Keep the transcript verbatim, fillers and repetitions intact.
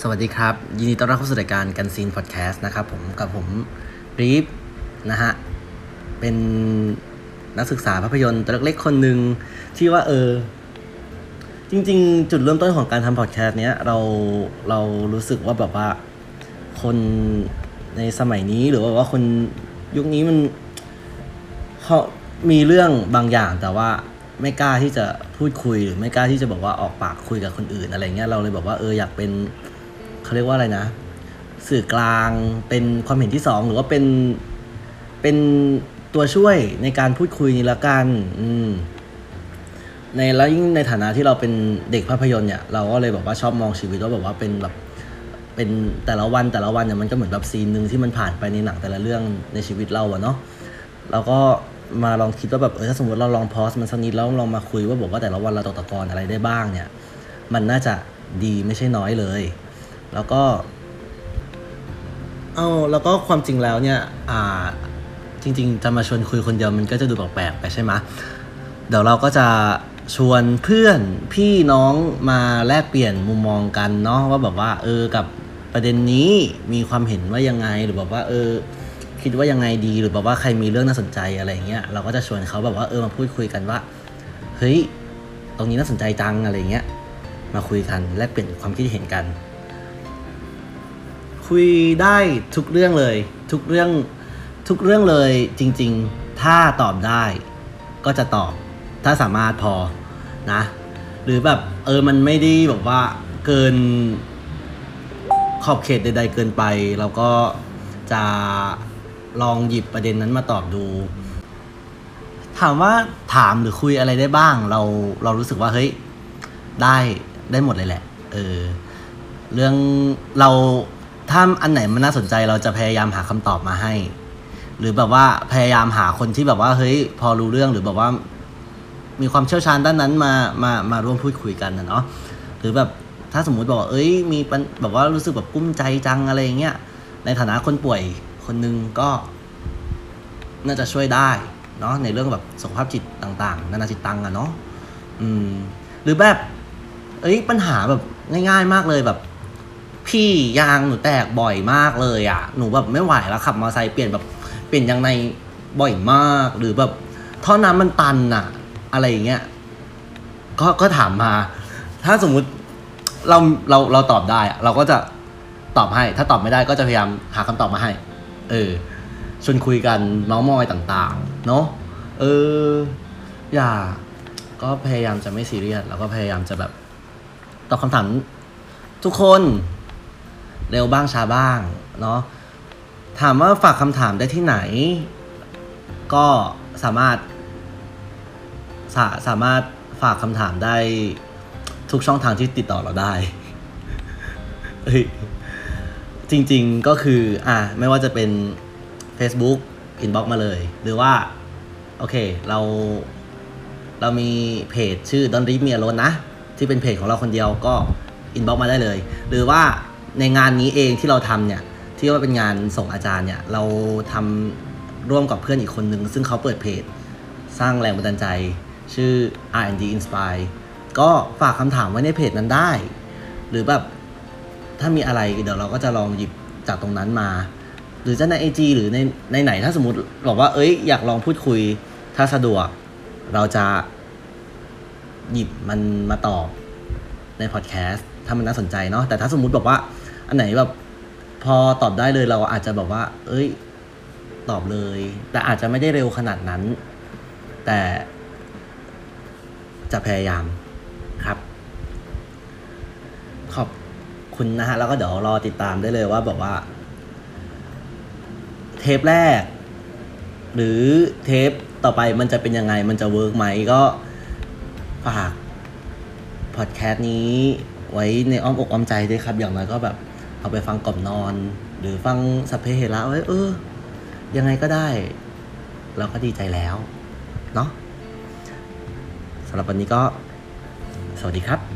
สวัสดีครับยินดีต้อนรับเข้าสู่รายการกันซีนพอดแคสต์นะครับผมกับผมรีฟนะฮะเป็นนักศึกษาภาพยนตร์ตัวเล็กๆคนหนึ่งที่ว่าเออจริงๆจุดเริ่มต้นของการทำพอดแคสต์เนี้ยเราเรารู้สึกว่าแบบว่าคนในสมัยนี้หรือว่าคนยุคนี้มันเขามีเรื่องบางอย่างแต่ว่าไม่กล้าที่จะพูดคุยหรือไม่กล้าที่จะบอกว่าออกปากคุยกับคนอื่นอะไรเงี้ยเราเลยบอกว่าเอออยากเป็นเขาเรียกว่าอะไรนะสื่อกลางเป็นความเห็นที่สองหรือว่าเป็นเป็นตัวช่วยในการพูดคุยนี่ละกันอืมในแล้วยิ่งในฐานะที่เราเป็นเด็กภาพยนตร์เนี่ยเราก็เลยบอกว่าชอบมองชีวิตว่าแบบว่าเป็นแบบเป็นแต่ละวันแต่ละวันเนี่ยมันก็เหมือนแบบซีนนึงที่มันผ่านไปในหนังแต่ละเรื่องในชีวิตเราอะเนาะเราก็มาลองคิดว่าแบบเออถ้าสมมติเราลองพอสมันสักนิดแล้วลองมาคุยว่าบอกว่าแต่ละวันเราตกตะกอนอะไรได้บ้างเนี่ยมันน่าจะดีไม่ใช่น้อยเลยแล้วก็เอ้าแล้วก็ความจริงแล้วเนี่ยอ่าจริงๆจะมาชวนคุยคนเดียวมันก็จะดูแปลกๆไปใช่ไหมเดี๋ยวเราก็จะชวนเพื่อนพี่น้องมาแลกเปลี่ยนมุมมองกันเนาะว่าแบบว่าเออกับประเด็นนี้มีความเห็นว่ายังไงหรือแบบว่าเออคิดว่ายังไงดีหรือแบบว่าใครมีเรื่องน่าสนใจอะไรเงี้ยเราก็จะชวนเขาแบบว่าเออมาพูดคุยกันว่าเฮ้ยตรงนี้น่าสนใจจังอะไรเงี้ยมาคุยกันแลกเปลี่ยนความคิดเห็นกันคุยได้ทุกเรื่องเลยทุกเรื่องทุกเรื่องเลยจริงๆถ้าตอบได้ก็จะตอบถ้าสามารถพอนะหรือแบบเออมันไม่ได้แบบว่าเกินขอบเขตใดๆเกินไปเราก็จะลองหยิบประเด็นนั้นมาตอบดูถามว่าถามหรือคุยอะไรได้บ้างเราเรารู้สึกว่าเฮ้ยได้ได้หมดเลยแหละเออเรื่องเราถ้าอันไหนมันน่าสนใจเราจะพยายามหาคำตอบมาให้หรือแบบว่าพยายามหาคนที่แบบว่าเฮ้ยพอรู้เรื่องหรือแบบว่ามีความเชี่ยวชาญด้านนั้นมามามาร่วมพูดคุยกันนะเนาะหรือแบบถ้าสมมุติบอกว่าเอ้ยมีแบบว่ารู้สึกแบบกุ้มใจจังอะไรอย่างเงี้ยในฐานะคนป่วยคนนึงก็น่าจะช่วยได้เนาะในเรื่องแบบสุขภาพจิตต่างๆนานาจิตตังอะเนาะอืมหรือแบบเอ้ยปัญหาแบบง่ายๆมากเลยแบบพี่ยางหนูแตกบ่อยมากเลยอ่ะหนูแบบไม่ไหวแล้วขับมอเตอร์ไซค์เปลี่ยนแบบเปลี่ยนยางในบ่อยมากหรือแบบท่อน้ำมันตันอ่ะอะไรอย่างเงี้ยก็ก็ถามมาถ้าสมมุติเราเราเราตอบได้อะเราก็จะตอบให้ถ้าตอบไม่ได้ก็จะพยายามหาคำตอบมาให้เออชวนคุยกันเม้ามอยต่างๆเนาะเอออย่าก็พยายามจะไม่ซีเรียสแล้วก็พยายามจะแบบตอบคำถามทุกคนเร็วบ้างช้าบ้างเนาะถามว่าฝากคำถามได้ที่ไหนก็สามารถสาสามารถฝากคำถามได้ทุกช่องทางที่ติดต่อเราได้ จริงๆก็คืออ่ะไม่ว่าจะเป็น Facebook inbox มาเลยหรือว่าโอเคเราเรามีเพจชื่อ Don't Leave Me Alone นะที่เป็นเพจของเราคนเดียวก็inbox มาได้เลยหรือว่าในงานนี้เองที่เราทำเนี่ยที่ว่าเป็นงานส่งอาจารย์เนี่ยเราทำร่วมกับเพื่อนอีกคนนึงซึ่งเขาเปิดเพจสร้างแรงบันดาลใจชื่อ อาร์ แอนด์ ดี Inspire ก็ฝากคำถามไว้ในเพจนั้นได้หรือแบบถ้ามีอะไรเดี๋ยวเราก็จะลองหยิบจากตรงนั้นมาหรือจะใน ไอ จี หรือในในไหนถ้าสมมติบอกว่าเอ้ยอยากลองพูดคุยถ้าสะดวกเราจะหยิบมันมาตอบในพอดแคสต์ถ้ามันน่าสนใจเนาะแต่ถ้าสมมุติบอกว่าอันไหนแบบพอตอบได้เลยเราอาจจะบอกว่าเอ้ยตอบเลยแต่อาจจะไม่ได้เร็วขนาดนั้นแต่จะพยายามครับขอบคุณนะฮะแล้วก็เดี๋ยวรอติดตามได้เลยว่าแบบว่าเทปแรกหรือเทปต่อไปมันจะเป็นยังไงมันจะเวิร์กไหมก็ฝากพอดแคสต์นี้ไว้ในอ้อมอกอ้อมใจด้วยครับอย่างน้อยก็แบบเอาไปฟังก่อนนอนหรือฟังสัพเพเหระไว้เออยังไงก็ได้เราก็ดีใจแล้วเนาะสำหรับวันนี้ก็สวัสดีครับ